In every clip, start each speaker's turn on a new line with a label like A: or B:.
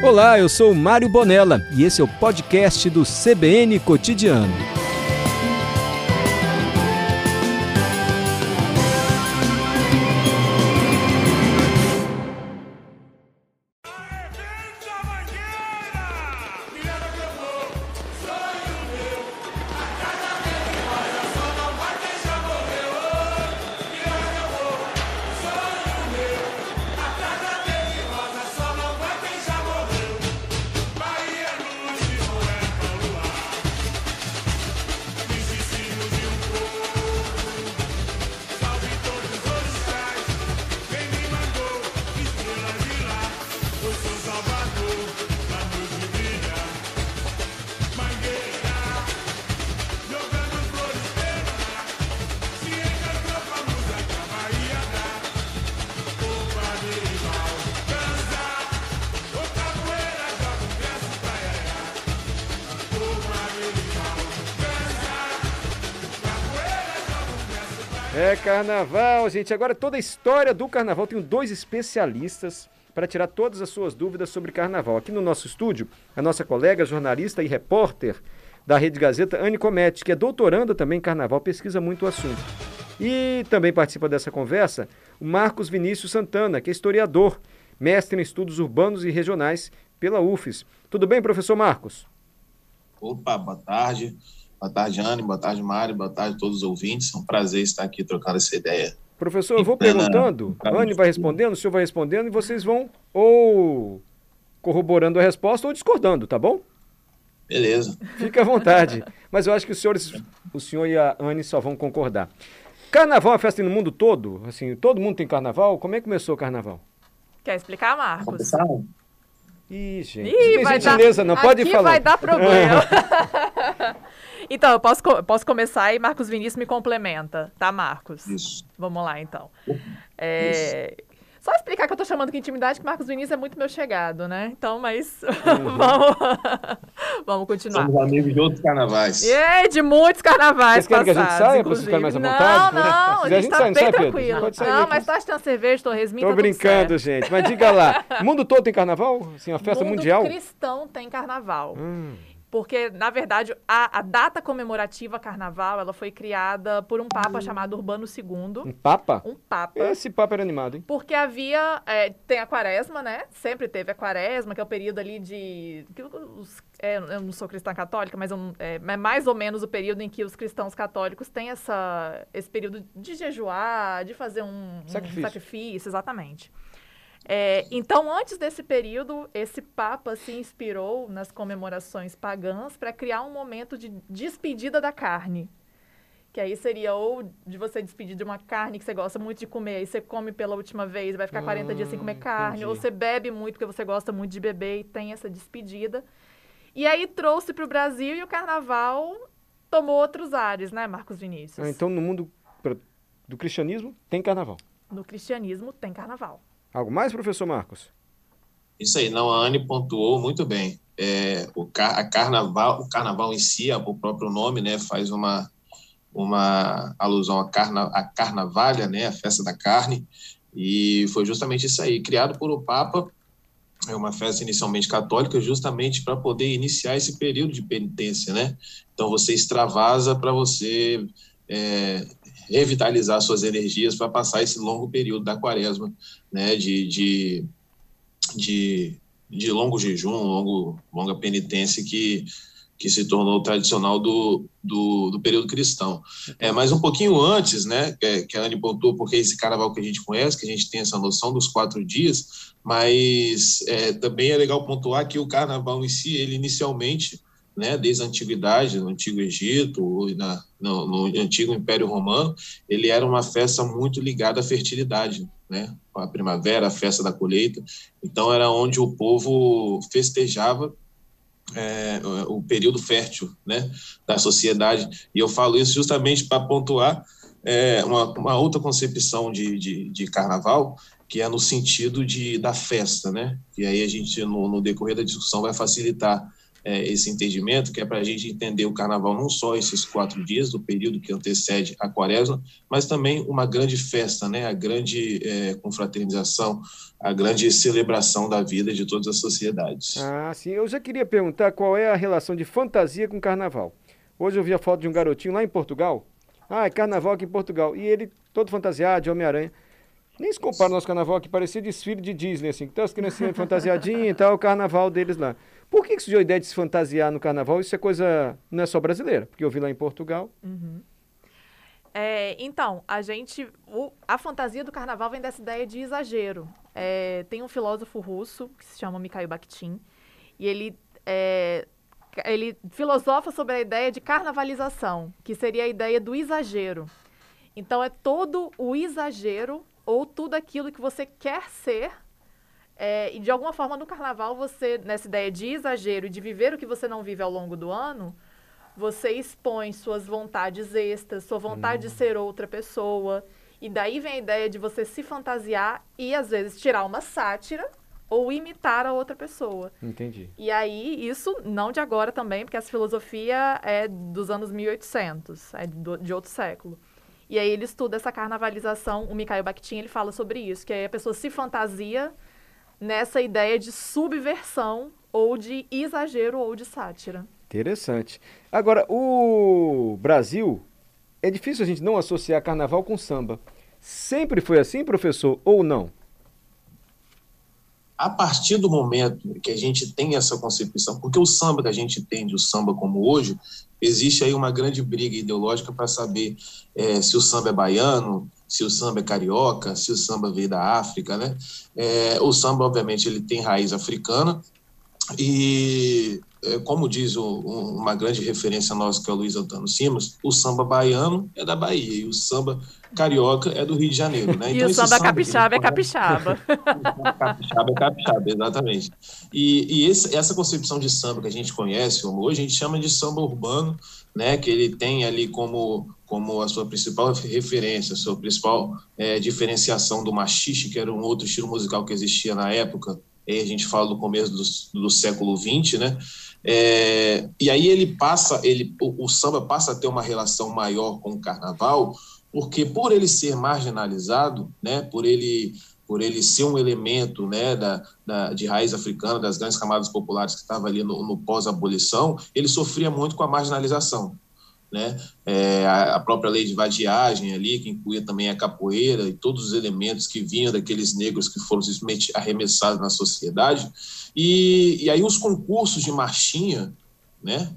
A: Olá, eu sou o Mário Bonella e esse é o podcast do CBN Cotidiano. É carnaval, gente. Agora toda a história do carnaval. Tenho dois especialistas para tirar todas as suas dúvidas sobre carnaval. Aqui no nosso estúdio, a nossa colega, jornalista e repórter da Rede Gazeta, Anne Comete, que é doutoranda também em carnaval, pesquisa muito o assunto. E também participa dessa conversa o Marcos Vinícius Santana, que é historiador, mestre em estudos urbanos e regionais pela UFES. Tudo bem, professor Marcos?
B: Opa, boa tarde. Boa tarde, Anne. Boa tarde, Mário. Boa tarde a todos os ouvintes. É um prazer estar aqui trocando essa ideia.
A: Professor, eu vou perguntando, a Anne vai respondendo, o senhor vai respondendo e vocês vão ou corroborando a resposta ou discordando, tá bom?
B: Beleza.
A: Fica à vontade. Mas eu acho que o senhor e a Anne só vão concordar. Carnaval é uma festa no mundo todo? Assim, todo mundo tem carnaval? Como é que começou o carnaval?
C: Quer explicar, Marcos?
A: Ih, gente. Tem gentileza, não pode
C: aqui
A: falar.
C: Vai dar problema. Então, eu posso começar e Marcos Vinícius me complementa, tá, Marcos?
B: Isso.
C: Vamos lá, então. Só explicar que eu tô chamando com intimidade, que Marcos Vinícius é muito meu chegado, né? Então, mas vamos continuar.
B: Somos amigos de outros carnavais.
C: De muitos carnavais.
A: Vocês querem que a gente saia para vocês ficarem mais à vontade?
C: Não, a gente tá bem tranquilo.
A: Não,
C: mas tá achando cerveja, torresminho,
A: tô brincando, gente. Mas diga lá, o mundo todo tem carnaval? Assim, uma festa mundial?
C: O mundo cristão tem carnaval. Porque, na verdade, a data comemorativa carnaval, ela foi criada por um papa chamado Urbano II.
A: Um papa?
C: Um papa.
A: Esse papa era animado, hein?
C: Porque tem a quaresma, né? Sempre teve a quaresma, que é o período ali de... eu não sou cristã católica, mas é mais ou menos o período em que os cristãos católicos têm esse período de jejuar, de fazer um sacrifício, exatamente. Então, antes desse período, esse Papa se inspirou nas comemorações pagãs para criar um momento de despedida da carne. Que aí seria ou de você despedir de uma carne que você gosta muito de comer, e você come pela última vez, vai ficar 40 dias sem comer carne, ou você bebe muito porque você gosta muito de beber e tem essa despedida. E aí trouxe para o Brasil e o carnaval tomou outros ares, né, Marcos Vinícius?
A: Então, no mundo do cristianismo, tem carnaval?
C: No cristianismo, tem carnaval.
A: Algo mais, professor Marcos?
B: Isso aí, não, a Anne pontuou muito bem. O carnaval em si, o próprio nome, né, faz uma alusão à carnavalha, né, a festa da carne, e foi justamente isso aí, criado por o Papa, é uma festa inicialmente católica, justamente para poder iniciar esse período de penitência, né? Então você extravasa para você revitalizar suas energias para passar esse longo período da quaresma, né, de longo jejum, longa penitência que se tornou tradicional do período cristão. Mas um pouquinho antes, né, que a Anne pontuou, porque esse carnaval que a gente conhece, que a gente tem essa noção dos 4 dias, mas também é legal pontuar que o carnaval em si, ele inicialmente, né, desde a antiguidade, no Antigo Egito, no Antigo Império Romano, ele era uma festa muito ligada à fertilidade, né, a primavera, a festa da colheita. Então era onde o povo festejava o período fértil, né, da sociedade. E eu falo isso justamente para pontuar uma outra concepção de carnaval, que é no sentido da festa, né, e aí a gente, no decorrer da discussão, vai facilitar esse entendimento, que é para a gente entender o carnaval não só esses 4 dias do período que antecede a quaresma, mas também uma grande festa, né? A grande confraternização, a grande celebração da vida de todas as sociedades.
A: Ah, sim. Eu já queria perguntar qual é a relação de fantasia com carnaval. Hoje eu vi a foto de um garotinho lá em Portugal. Ah, é carnaval aqui em Portugal. E ele todo fantasiado de Homem-Aranha. Nem se compara ao nosso carnaval, que parecia desfile de Disney, assim. Então as criancinhas fantasiadinhas e tal, o carnaval deles lá. Por que surgiu a ideia de se fantasiar no carnaval? Isso é coisa, não é só brasileira, porque eu vi lá em Portugal.
C: Então, a fantasia do carnaval vem dessa ideia de exagero. Tem um filósofo russo, que se chama Mikhail Bakhtin, e ele filosofa sobre a ideia de carnavalização, que seria a ideia do exagero. Então, é todo o exagero ou tudo aquilo que você quer ser. E, de alguma forma, no carnaval, você, nessa ideia de exagero e de viver o que você não vive ao longo do ano, você expõe suas vontades extras, sua vontade de ser outra pessoa. E daí vem a ideia de você se fantasiar e, às vezes, tirar uma sátira ou imitar a outra pessoa.
A: Entendi.
C: E aí, isso não de agora também, porque essa filosofia é dos anos 1800, de outro século. E aí ele estuda essa carnavalização, o Mikhail Bakhtin, ele fala sobre isso, que aí a pessoa se fantasia nessa ideia de subversão ou de exagero ou de sátira.
A: Interessante. Agora, o Brasil, é difícil a gente não associar carnaval com samba. Sempre foi assim, professor, ou não?
B: A partir do momento que a gente tem essa concepção, porque o samba que a gente entende, o samba como hoje, existe aí uma grande briga ideológica para saber se o samba é baiano, se o samba é carioca, se o samba veio da África, né? O samba, obviamente, ele tem raiz africana e, como diz uma grande referência nossa, que é o Luiz Antônio Simas, o samba baiano é da Bahia e o samba carioca é do Rio de Janeiro, né?
C: E
B: então,
C: o samba capixaba é capixaba.
B: Capixaba é capixaba, exatamente. E essa concepção de samba que a gente conhece hoje, a gente chama de samba urbano, né? Que ele tem ali como a sua principal referência, a sua principal diferenciação do machixe, que era um outro estilo musical que existia na época. Aí a gente fala do começo do século XX, né? E aí o samba passa a ter uma relação maior com o carnaval, porque por ele ser marginalizado, né, por ele ser um elemento, né, de raiz africana, das grandes camadas populares que estava ali no pós-abolição, ele sofria muito com a marginalização. Né? A própria lei de vadiagem ali, que incluía também a capoeira e todos os elementos que vinham daqueles negros que foram simplesmente arremessados na sociedade. E aí os concursos de marchinha, né,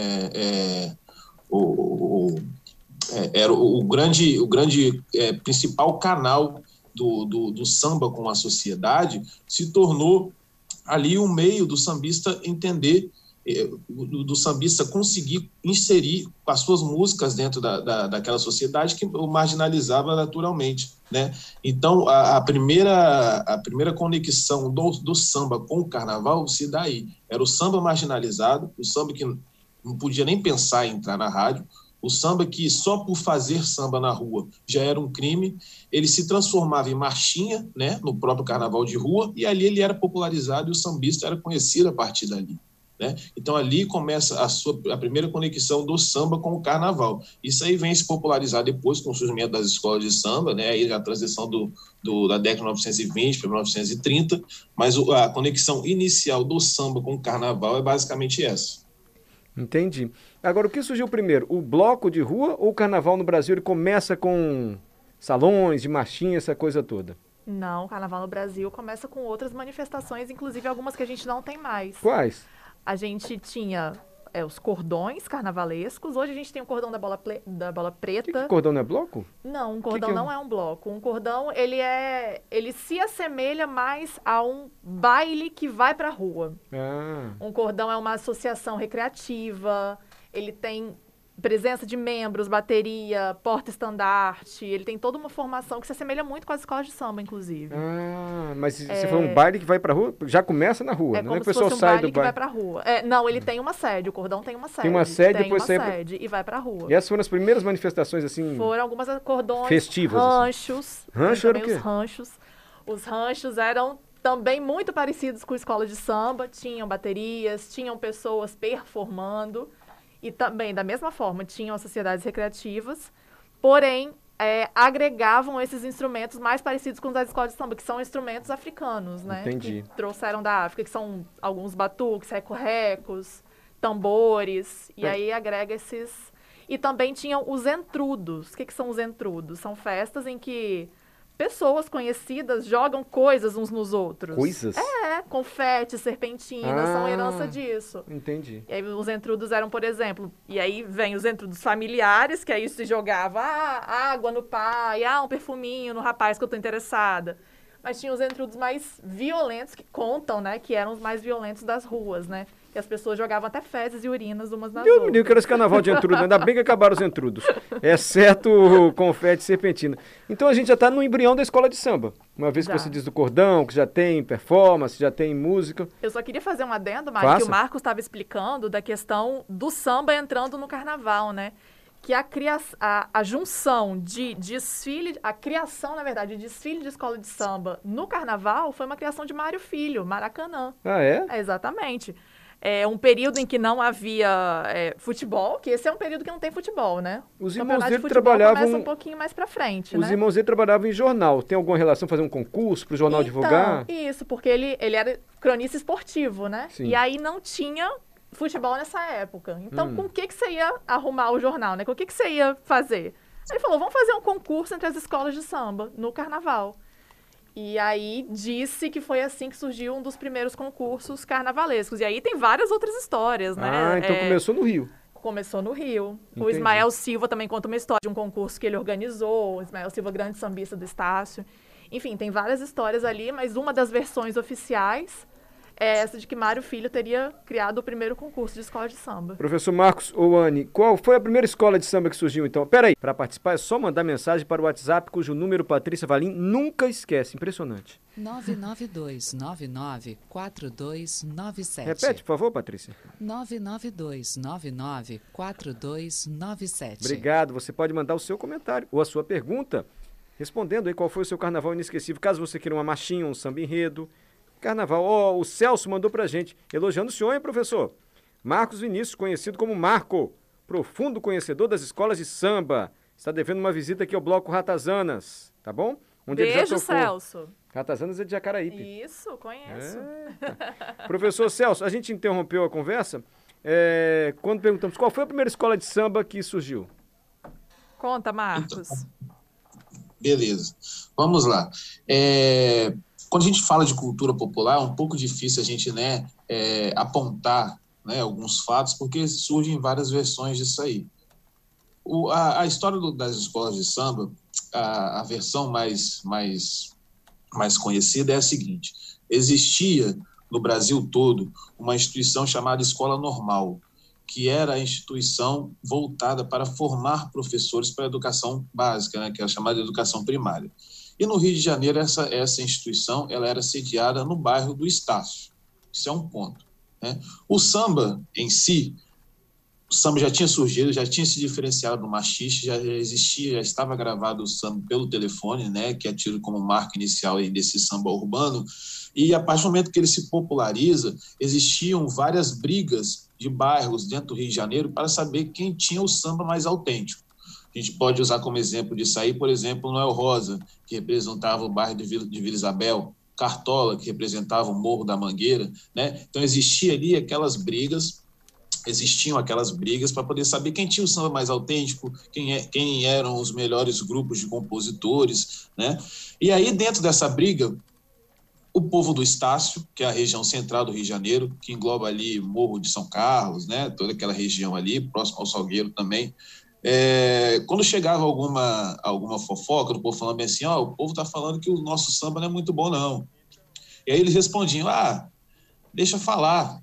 B: era o grande principal canal do samba com a sociedade, se tornou ali um meio do sambista entender, do sambista conseguir inserir as suas músicas dentro daquela sociedade que o marginalizava naturalmente, né? Então, a primeira conexão do samba com o carnaval se dá aí. Era o samba marginalizado, o samba que não podia nem pensar em entrar na rádio, o samba que só por fazer samba na rua já era um crime, ele se transformava em marchinha, né, no próprio carnaval de rua, e ali ele era popularizado e o sambista era conhecido a partir dali. Né? Então ali começa a primeira conexão do samba com o carnaval. Isso aí vem se popularizar depois com o surgimento das escolas de samba, né? Aí a transição da década de 1920 para 1930, mas a conexão inicial do samba com o carnaval é basicamente essa.
A: Entendi. Agora, o que surgiu primeiro? O bloco de rua ou o carnaval no Brasil ele começa com salões de marchinha, essa coisa toda?
C: Não, o carnaval no Brasil começa com outras manifestações, inclusive algumas que a gente não tem mais.
A: Quais?
C: A gente tinha os cordões carnavalescos. Hoje a gente tem o cordão da bola preta.
A: Que cordão não é bloco?
C: Não, um cordão não é um bloco. Um cordão, ele se assemelha mais a um baile que vai pra rua. Um cordão é uma associação recreativa, ele tem presença de membros, bateria, porta-estandarte, ele tem toda uma formação que se assemelha muito com as escolas de samba, inclusive.
A: Mas se for um baile que vai pra rua, já começa na rua,
C: não é
A: que o pessoal sai do baile.
C: Que vai pra rua. Não, ele tem uma sede, o cordão tem uma sede.
A: Tem uma sede, depois
C: sai e vai pra rua.
A: E essas foram as primeiras manifestações, assim...
C: Foram algumas cordões,
A: festivas,
C: ranchos.
A: Assim. Rancho era o quê?
C: Os ranchos eram também muito parecidos com escola de samba, tinham baterias, tinham pessoas performando, e também, da mesma forma, tinham as sociedades recreativas, porém, agregavam esses instrumentos mais parecidos com os das escolas de samba, que são instrumentos africanos, né?
A: Entendi.
C: Que trouxeram da África, que são alguns batuques, reco-recos, tambores, e aí agrega esses... E também tinham os entrudos. O que são os entrudos? São festas em que pessoas conhecidas jogam coisas uns nos outros.
A: Coisas?
C: Confete, serpentina, são herança disso.
A: Entendi.
C: E aí os entrudos eram, por exemplo, e aí vem os entrudos familiares, que aí se jogava água no pai, um perfuminho no rapaz que eu tô interessada. Mas tinha os entrudos mais violentos, que contam, né, que eram os mais violentos das ruas, né? Que as pessoas jogavam até fezes e urinas umas nas outras.
A: Meu menino, que era esse carnaval de entrudo, ainda bem que acabaram os entrudos. Exceto o confete e serpentina. Então a gente já está no embrião da escola de samba. Uma vez que você diz do cordão, que já tem performance, já tem música.
C: Eu só queria fazer um adendo, Mário, que o Marcos estava explicando da questão do samba entrando no carnaval, né? Que a junção de desfile, a criação, na verdade, de desfile de escola de samba no carnaval foi uma criação de Mário Filho, Maracanã.
A: Ah, é?
C: Exatamente. É um período em que não havia futebol, que esse é um período que não tem futebol, né?
A: Os
C: o
A: irmãos
C: campeonato
A: dele
C: de futebol
A: trabalhavam...
C: começa um pouquinho mais pra frente,
A: Os irmãos dele trabalhavam em jornal. Tem alguma relação, fazer um concurso para o jornal divulgar?
C: Isso, porque ele era cronista esportivo, né?
A: Sim.
C: E aí não tinha futebol nessa época. Então, com o que você ia arrumar o jornal, né? Com o que você ia fazer? Ele falou, vamos fazer um concurso entre as escolas de samba no carnaval. E aí disse que foi assim que surgiu um dos primeiros concursos carnavalescos. E aí tem várias outras histórias, né?
A: Ah, então começou no Rio.
C: Começou no Rio.
A: Entendi.
C: O Ismael Silva também conta uma história de um concurso que ele organizou. O Ismael Silva, grande sambista do Estácio. Enfim, tem várias histórias ali, mas uma das versões oficiais é essa de que Mário Filho teria criado o primeiro concurso de escola de samba.
A: Professor Marcos Ouani, qual foi a primeira escola de samba que surgiu então? Peraí, para participar é só mandar mensagem para o WhatsApp, cujo número Patrícia Valim nunca esquece. Impressionante.
D: 992994297.
A: Repete, por favor, Patrícia.
D: 992994297.
A: Obrigado. Você pode mandar o seu comentário ou a sua pergunta, respondendo aí qual foi o seu carnaval inesquecível. Caso você queira uma marchinha, um samba enredo, carnaval. O Celso mandou pra gente, elogiando o senhor, hein, professor? Marcos Vinícius, conhecido como Marco, profundo conhecedor das escolas de samba. Está devendo uma visita aqui ao Bloco Ratazanas, tá bom?
C: Onde beijo, Celso.
A: Ratazanas é de Jacaraípe.
C: Isso, conheço.
A: Professor Celso, a gente interrompeu a conversa quando perguntamos qual foi a primeira escola de samba que surgiu.
C: Conta, Marcos.
B: Beleza, vamos lá. Quando a gente fala de cultura popular, é um pouco difícil a gente apontar, né, alguns fatos, porque surgem várias versões disso aí. A história das escolas de samba, a versão mais conhecida é a seguinte: existia no Brasil todo uma instituição chamada Escola Normal, que era a instituição voltada para formar professores para a educação básica, né, que é a chamada educação primária. E no Rio de Janeiro, essa instituição ela era sediada no bairro do Estácio. Isso é um ponto, né? O samba em si, o samba já tinha surgido, já tinha se diferenciado do machixe, já existia, já estava gravado o samba pelo telefone, né, que é tido como marca inicial aí desse samba urbano, e a partir do momento que ele se populariza, existiam várias brigas de bairros dentro do Rio de Janeiro para saber quem tinha o samba mais autêntico. A gente pode usar como exemplo disso aí, por exemplo, Noel Rosa, que representava o bairro de Vila Isabel, Cartola, que representava o Morro da Mangueira, né? Então existiam aquelas brigas para poder saber quem tinha o samba mais autêntico, quem eram os melhores grupos de compositores, né? E aí, dentro dessa briga, o povo do Estácio, que é a região central do Rio de Janeiro, que engloba ali Morro de São Carlos, né? Toda aquela região ali, próximo ao Salgueiro também. Quando chegava alguma fofoca do povo falando bem assim, o povo está falando que o nosso samba não é muito bom, não. E aí eles respondiam, deixa falar.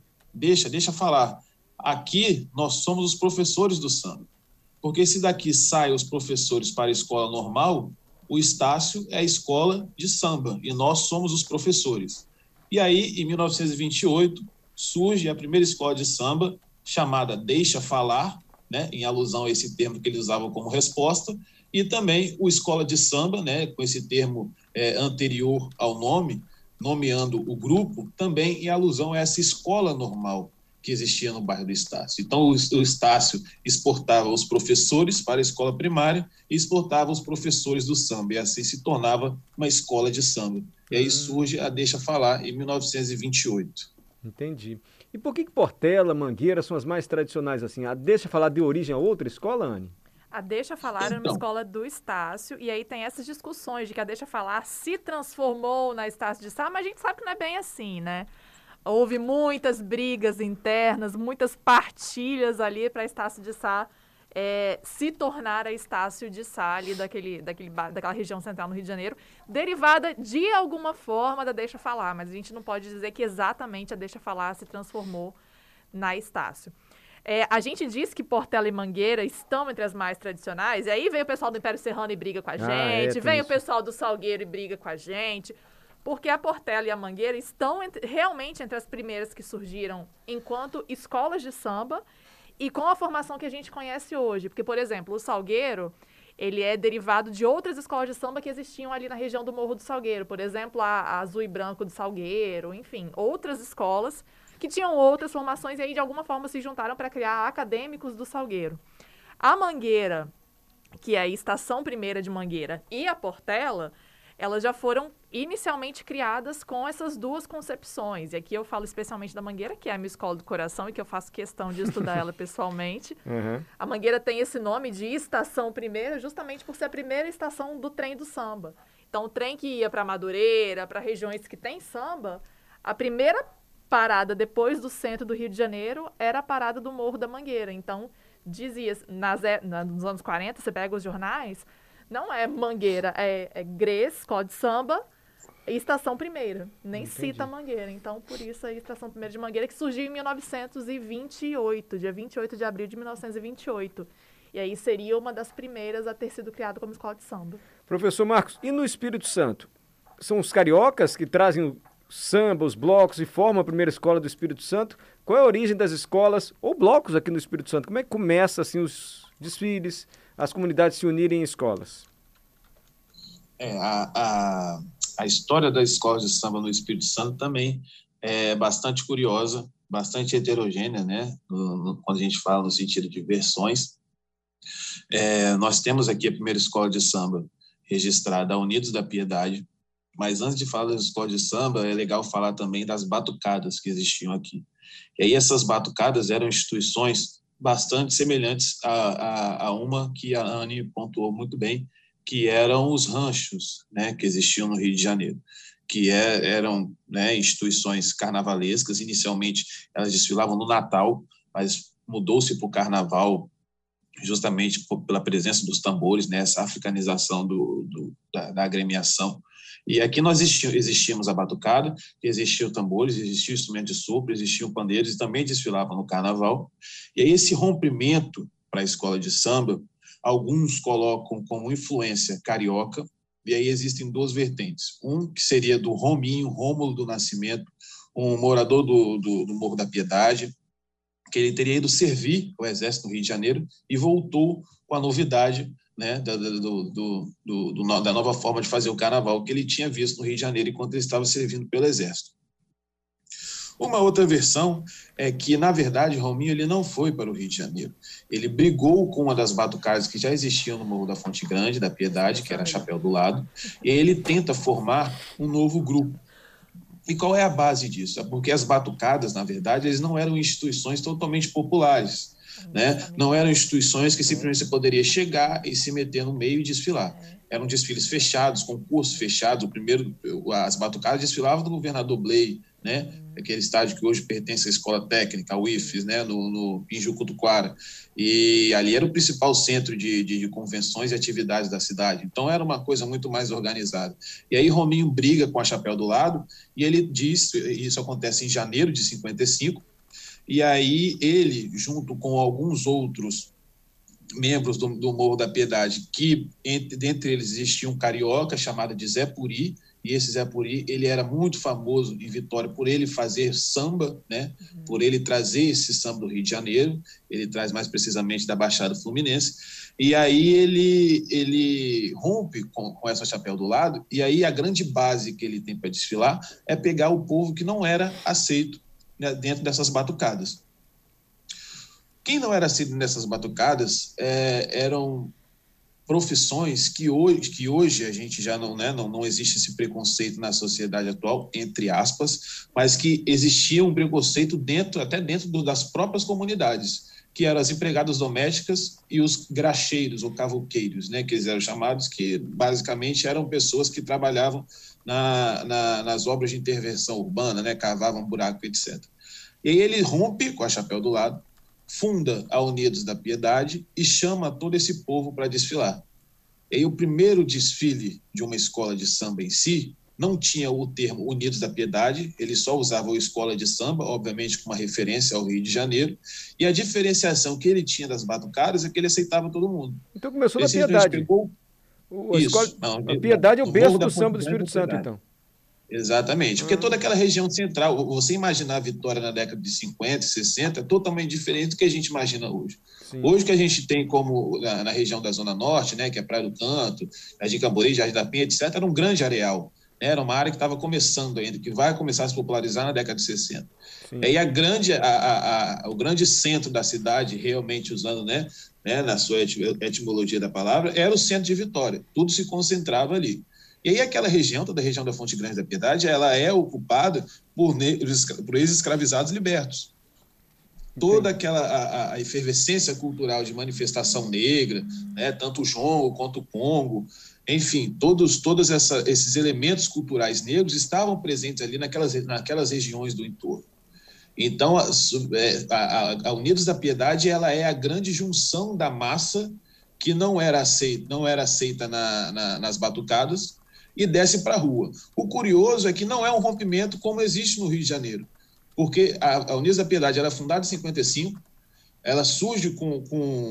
B: Aqui nós somos os professores do samba. Porque se daqui saem os professores para a escola normal, o Estácio é a escola de samba e nós somos os professores. E aí, em 1928, surge a primeira escola de samba chamada Deixa Falar, né, em alusão a esse termo que eles usavam como resposta, e também o Escola de Samba, né, com esse termo anterior ao nome, nomeando o grupo também em alusão a essa escola normal que existia no bairro do Estácio. Então, o Estácio exportava os professores para a escola primária e exportava os professores do samba, e assim se tornava uma escola de samba. E aí surge a Deixa Falar, em 1928.
A: Entendi. E por que Portela, Mangueira são as mais tradicionais assim? A Deixa Falar deu origem a outra escola, Anne?
C: A Deixa Falar era uma
B: Então,
C: escola do Estácio, e aí tem essas discussões de que a Deixa Falar se transformou na Estácio de Sá, mas a gente sabe que não é bem assim, né? Houve muitas brigas internas, muitas partilhas ali para Estácio de Sá se tornar a Estácio de Sá, ali daquela região central no Rio de Janeiro, derivada de alguma forma da Deixa Falar, mas a gente não pode dizer que exatamente a Deixa Falar se transformou na Estácio. A gente diz que Portela e Mangueira estão entre as mais tradicionais, e aí vem o pessoal do Império Serrano e briga com a gente, vem o pessoal do Salgueiro e briga com a gente, porque a Portela e a Mangueira estão realmente entre as primeiras que surgiram enquanto escolas de samba e com a formação que a gente conhece hoje. Porque, por exemplo, o Salgueiro, ele é derivado de outras escolas de samba que existiam ali na região do Morro do Salgueiro. Por exemplo, a Azul e Branco do Salgueiro, enfim, outras escolas que tinham outras formações e aí, de alguma forma, se juntaram para criar acadêmicos do Salgueiro. A Mangueira, que é a Estação Primeira de Mangueira, e a Portela, elas já foram inicialmente criadas com essas duas concepções. E aqui eu falo especialmente da Mangueira, que é a minha escola do coração e que eu faço questão de estudar ela pessoalmente.
A: Uhum.
C: A Mangueira tem esse nome de Estação Primeira justamente por ser a primeira estação do trem do samba. Então, o trem que ia para Madureira, para regiões que tem samba, a primeira parada depois do centro do Rio de Janeiro era a parada do Morro da Mangueira. Então, dizia, nos anos 40, você pega os jornais, não é Mangueira, é GRES, Escola de Samba, e Estação Primeira. Nem cita Mangueira. Então, por isso, a Estação Primeira de Mangueira, que surgiu em 1928, dia 28 de abril de 1928. E aí seria uma das primeiras a ter sido criada como escola de samba.
A: Professor Marcos, e no Espírito Santo? São os cariocas que trazem o samba, os blocos e formam a primeira escola do Espírito Santo? Qual é a origem das escolas ou blocos aqui no Espírito Santo? Como é que começa assim os desfiles, as comunidades se unirem em escolas?
B: A história das escolas de samba no Espírito Santo também é bastante curiosa, bastante heterogênea, né? Quando a gente fala no sentido de versões. Nós temos aqui a primeira escola de samba registrada, a Unidos da Piedade, mas antes de falar das escolas de samba, é legal falar também das batucadas que existiam aqui. E aí essas batucadas eram instituições bastante semelhantes a uma que a Anne pontuou muito bem, que eram os ranchos, né, que existiam no Rio de Janeiro, que eram, né, instituições carnavalescas. Inicialmente elas desfilavam no Natal, mas mudou-se para o Carnaval justamente pela presença dos tambores, né, essa africanização da agremiação. E aqui nós existíamos a batucada, existiam tambores, existia o instrumento de sopro, existiam pandeiros e também desfilavam no Carnaval. E aí esse rompimento para a escola de samba, alguns colocam como influência carioca, e aí existem duas vertentes. Um que seria do Rominho, Rômulo do Nascimento, um morador do Morro da Piedade, que ele teria ido servir o Exército no Rio de Janeiro e voltou com a novidade, né, da nova forma de fazer o Carnaval que ele tinha visto no Rio de Janeiro enquanto ele estava servindo pelo Exército. Uma outra versão é que, na verdade, Rominho ele não foi para o Rio de Janeiro. Ele brigou com uma das batucadas que já existiam no Morro da Fonte Grande, da Piedade, que era a Chapéu do Lado, e ele tenta formar um novo grupo. E qual é a base disso? É porque as batucadas, na verdade, eles não eram instituições totalmente populares, né? Não eram instituições que simplesmente você poderia chegar e se meter no meio e desfilar. Eram desfiles fechados, concursos fechados. As batucadas desfilavam do governador Blay, né? Aquele estádio que hoje pertence à Escola Técnica, a UIFES, né? Em Jucutuquara. E ali era o principal centro de convenções e atividades da cidade. Então era uma coisa muito mais organizada. E aí Rominho briga com a Chapéu do Lado e ele diz, isso acontece em janeiro de 55, e aí ele, junto com alguns outros membros do Morro da Piedade, que dentre eles existia um carioca chamado de Zé Puri, e esse Zé Puri, ele era muito famoso em Vitória por ele fazer samba, né? Por ele trazer esse samba do Rio de Janeiro, ele traz mais precisamente da Baixada Fluminense, e aí ele rompe com essa Chapéu do Lado, e aí a grande base que ele tem para desfilar é pegar o povo que não era aceito, né, dentro dessas batucadas. Quem não era aceito nessas batucadas eram profissões que hoje a gente já não, né, não existe esse preconceito na sociedade atual, entre aspas, mas que existia um preconceito até dentro das próprias comunidades, que eram as empregadas domésticas e os graxeiros ou cavouqueiros, né, que eles eram chamados, que basicamente eram pessoas que trabalhavam nas obras de intervenção urbana, né, cavavam buraco, etc. E aí ele rompe com a Chapéu do Lado, funda a Unidos da Piedade e chama todo esse povo para desfilar. E aí o primeiro desfile de uma escola de samba em si não tinha o termo Unidos da Piedade, ele só usava o escola de samba, obviamente com uma referência ao Rio de Janeiro, e a diferenciação que ele tinha das batucadas é que ele aceitava todo mundo.
A: Então começou na Piedade. A Piedade é o berço do samba do Espírito Santo, então.
B: Exatamente, porque toda aquela região central, você imaginar a Vitória na década de 50, 60, é totalmente diferente do que a gente imagina hoje. Sim. Hoje o que a gente tem como na região da Zona Norte, né, que é Praia do Canto, Jardim Cambori, Jardim da Penha, etc., era um grande areal, né, era uma área que estava começando ainda, que vai começar a se popularizar na década de 60. Sim. E o grande centro da cidade, realmente usando, né, na sua etimologia da palavra, era o centro de Vitória, tudo se concentrava ali. E aí aquela região, toda a região da Fonte Grande da Piedade, ela é ocupada por ex-escravizados libertos. Toda aquela a efervescência cultural de manifestação negra, né, tanto o jongo quanto o congo, enfim, todos esses elementos culturais negros estavam presentes ali naquelas regiões do entorno. Então, a Unidos da Piedade, ela é a grande junção da massa que não era aceita nas batucadas, e desce para a rua. O curioso é que não é um rompimento como existe no Rio de Janeiro, porque a Unidos da Piedade era fundada em 55, ela surge com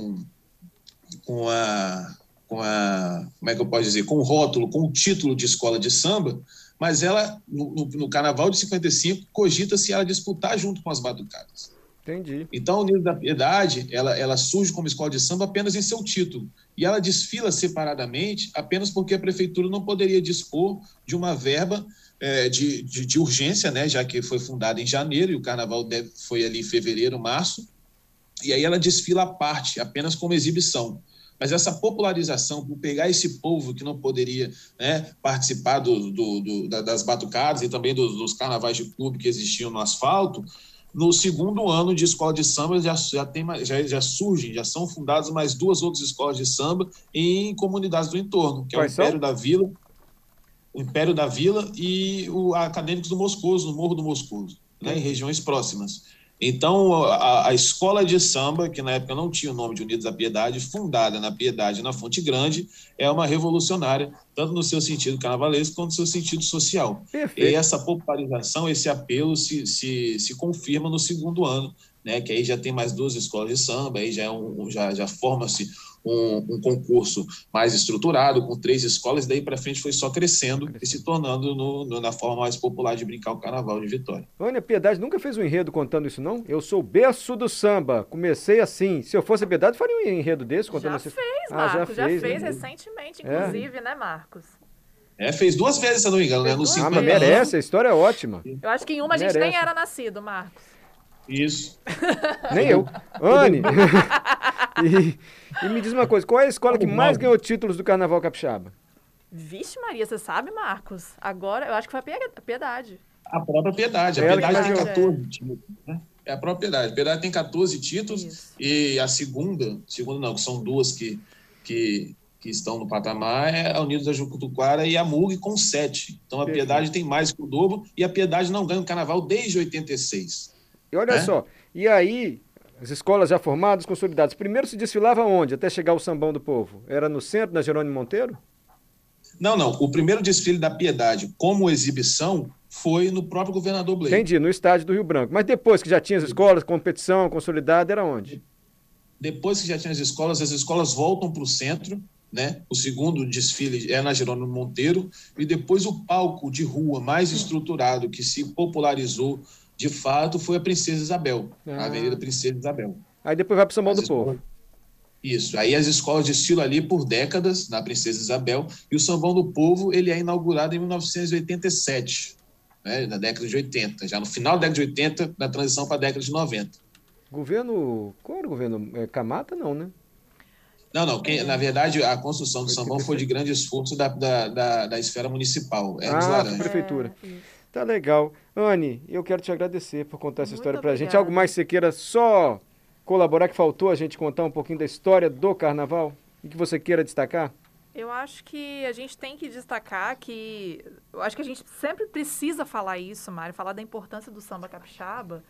B: como é que eu posso dizer, com o rótulo, com o título de escola de samba, mas ela, no Carnaval de 55, cogita-se ela disputar junto com as batucadas.
A: Entendi.
B: Então, a Unidos da Piedade, ela surge como escola de samba apenas em seu título. E ela desfila separadamente apenas porque a prefeitura não poderia dispor de uma verba de urgência, né, já que foi fundada em janeiro e o carnaval foi ali em fevereiro, março. E aí ela desfila à parte, apenas como exibição. Mas essa popularização, por pegar esse povo que não poderia, né, participar das batucadas e também dos carnavais de clube que existiam no asfalto, no segundo ano de escola de samba já surgem, já são fundadas mais 2 outras escolas de samba em comunidades do entorno, que é o Império da Vila e o Acadêmicos do Moscoso, no Morro do Moscoso, né, em regiões próximas. Então, a escola de samba, que na época não tinha o nome de Unidos da Piedade, fundada na Piedade, na Fonte Grande, é uma revolucionária, tanto no seu sentido carnavalesco quanto no seu sentido social. Perfeito. E essa popularização, esse apelo se confirma no segundo ano, né, que aí já tem mais 2 escolas de samba, aí já forma-se um concurso mais estruturado, com 3 escolas, daí para frente foi só crescendo e se tornando na forma mais popular de brincar o Carnaval de Vitória.
A: Ana Piedade nunca fez um enredo contando isso, não? Eu sou o berço do samba, comecei assim. Se eu fosse a Piedade, faria um enredo desse contando assim.
C: Marcos, já fez recentemente, inclusive, né, Marcos?
B: Fez 2 vezes, se eu não me engano, né?
A: Mas merece, a história é ótima.
C: Eu acho que em uma a gente nem era nascido, Marcos.
B: Isso.
A: Nem eu. Anne, e me diz uma coisa, qual é a escola que mais ganhou títulos do Carnaval Capixaba?
C: Vixe Maria, você sabe, Marcos? Agora, eu acho que foi a Piedade.
B: A própria Piedade. A Piedade tem 14 títulos, né? É a própria Piedade. A Piedade tem 14 títulos. Isso. E a segunda não, que são 2 que estão no patamar, é a Unidos da Jucutuquara e a MUG com 7. Então a Piedade tem mais que o dobro e a Piedade não ganha o Carnaval desde 86.
A: E olha só, e aí, as escolas já formadas, consolidadas, primeiro se desfilava onde, até chegar o Sambão do Povo? Era no centro, na Jerônimo Monteiro?
B: Não. O primeiro desfile da Piedade, como exibição, foi no próprio Governador Blake.
A: Entendi, no estádio do Rio Branco. Mas depois que já tinha as escolas, competição consolidada, era onde?
B: Depois que já tinha as escolas voltam para o centro, né? O segundo desfile é na Jerônimo Monteiro, e depois o palco de rua mais estruturado que se popularizou de fato foi a Princesa Isabel, a Avenida Princesa Isabel.
A: Aí depois vai para o Sambão do Povo.
B: Isso, aí as escolas de estilo ali por décadas, na Princesa Isabel, e o Sambão do Povo ele é inaugurado em 1987, né, na década de 80, já no final da década de 80, na transição para a década de 90.
A: Governo, qual era o governo? Camata não, né?
B: Não, na verdade, a construção do Sambão foi de grande esforço da esfera municipal. Dos Laranjas.
A: Prefeitura. Tá legal. Anne, eu quero te agradecer por contar essa história pra gente.
C: Obrigada.
A: Algo mais que você queira só colaborar, que faltou a gente contar um pouquinho da história do Carnaval? E que você queira destacar?
C: Eu acho que a gente tem que destacar que... Eu acho que a gente sempre precisa falar isso, Mário, falar da importância do samba capixaba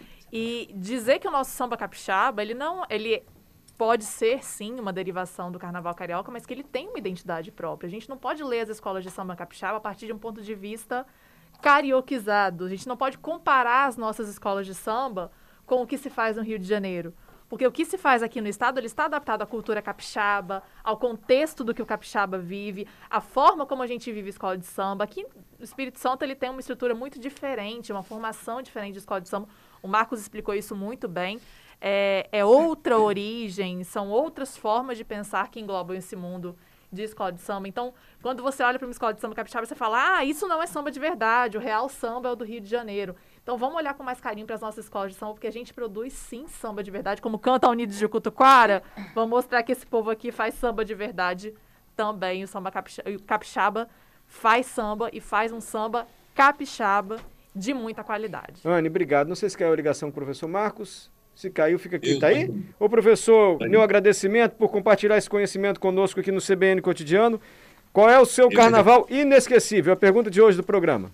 C: e dizer que o nosso samba capixaba, ele pode ser, sim, uma derivação do Carnaval Carioca, mas que ele tem uma identidade própria. A gente não pode ler as escolas de samba capixaba a partir de um ponto de vista carioquizado. A gente não pode comparar as nossas escolas de samba com o que se faz no Rio de Janeiro. Porque o que se faz aqui no estado, ele está adaptado à cultura capixaba, ao contexto do que o capixaba vive, à forma como a gente vive escola de samba. Aqui no Espírito Santo ele tem uma estrutura muito diferente, uma formação diferente de escola de samba. O Marcos explicou isso muito bem. É outra origem, são outras formas de pensar que englobam esse mundo de escola de samba. Então, quando você olha para uma escola de samba capixaba, você fala, isso não é samba de verdade, o real samba é o do Rio de Janeiro. Então, vamos olhar com mais carinho para as nossas escolas de samba, porque a gente produz, sim, samba de verdade, como canta a Unidos de Cutuquara. Vamos mostrar que esse povo aqui faz samba de verdade também. O samba capixaba faz samba e faz um samba capixaba de muita qualidade.
A: Anne, obrigado. Não sei se caiu a ligação com o professor Marcos. Se caiu, fica aqui. Tá aí? Ô, professor, meu agradecimento por compartilhar esse conhecimento conosco aqui no CBN Cotidiano. Qual é o seu carnaval inesquecível? A pergunta de hoje do programa.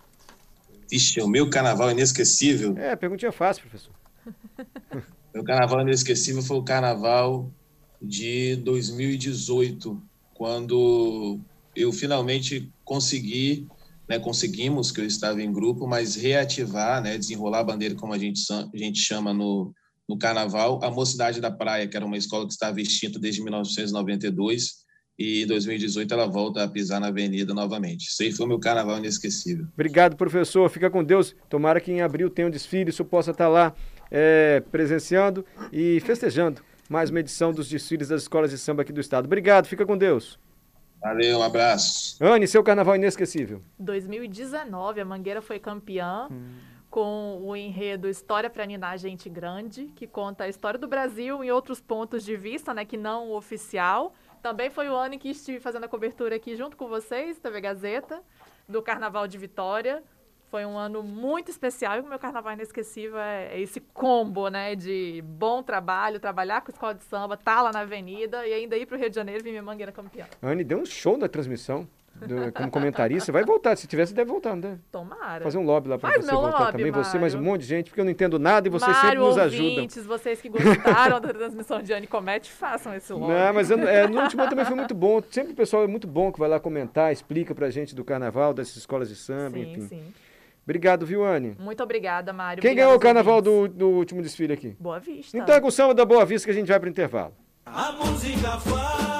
B: Ixi, o meu carnaval inesquecível?
A: Perguntinha fácil, professor.
B: Meu carnaval inesquecível foi o carnaval de 2018, quando eu finalmente conseguimos, que eu estava em grupo, mas reativar, desenrolar a bandeira, como a gente chama no carnaval, a Mocidade da Praia, que era uma escola que estava extinta desde 1992, e em 2018 ela volta a pisar na avenida novamente. Isso aí foi o meu carnaval inesquecível.
A: Obrigado, professor. Fica com Deus. Tomara que em abril tenha um desfile, isso possa estar lá presenciando e festejando mais uma edição dos desfiles das escolas de samba aqui do estado. Obrigado, fica com Deus.
B: Valeu, um abraço.
A: Anne, seu carnaval inesquecível.
C: 2019, a Mangueira foi campeã com o enredo História para Ninar Gente Grande, que conta a história do Brasil em outros pontos de vista, que não o oficial. Também foi o ano em que estive fazendo a cobertura aqui junto com vocês, TV Gazeta, do Carnaval de Vitória. Foi um ano muito especial e o meu carnaval inesquecível é esse combo, de bom trabalho, trabalhar com escola de samba, tá lá na avenida e ainda ir para o Rio de Janeiro e vir minha Mangueira campeã.
A: Anne, deu um show na transmissão como comentarista. Vai voltar, se tiver, você deve voltar, não deve?
C: Tomara.
A: Fazer um lobby lá para você voltar
C: lobby,
A: também.
C: Mário.
A: Você, mais um monte de gente, porque eu não entendo nada e vocês
C: Mário,
A: sempre nos
C: ouvintes,
A: ajudam.
C: Vocês que gostaram da transmissão de Anne Comete, façam esse lobby.
A: Não, mas no último ano também foi muito bom. Sempre o pessoal é muito bom que vai lá comentar, explica pra gente do carnaval, dessas escolas de samba, enfim.
C: Sim.
A: Obrigado, viu, Anne?
C: Muito obrigada, Mário.
A: Quem ganhou o carnaval do último desfile aqui?
C: Boa Vista.
A: Então é com o samba da Boa Vista que a gente vai pro intervalo.
E: A música faz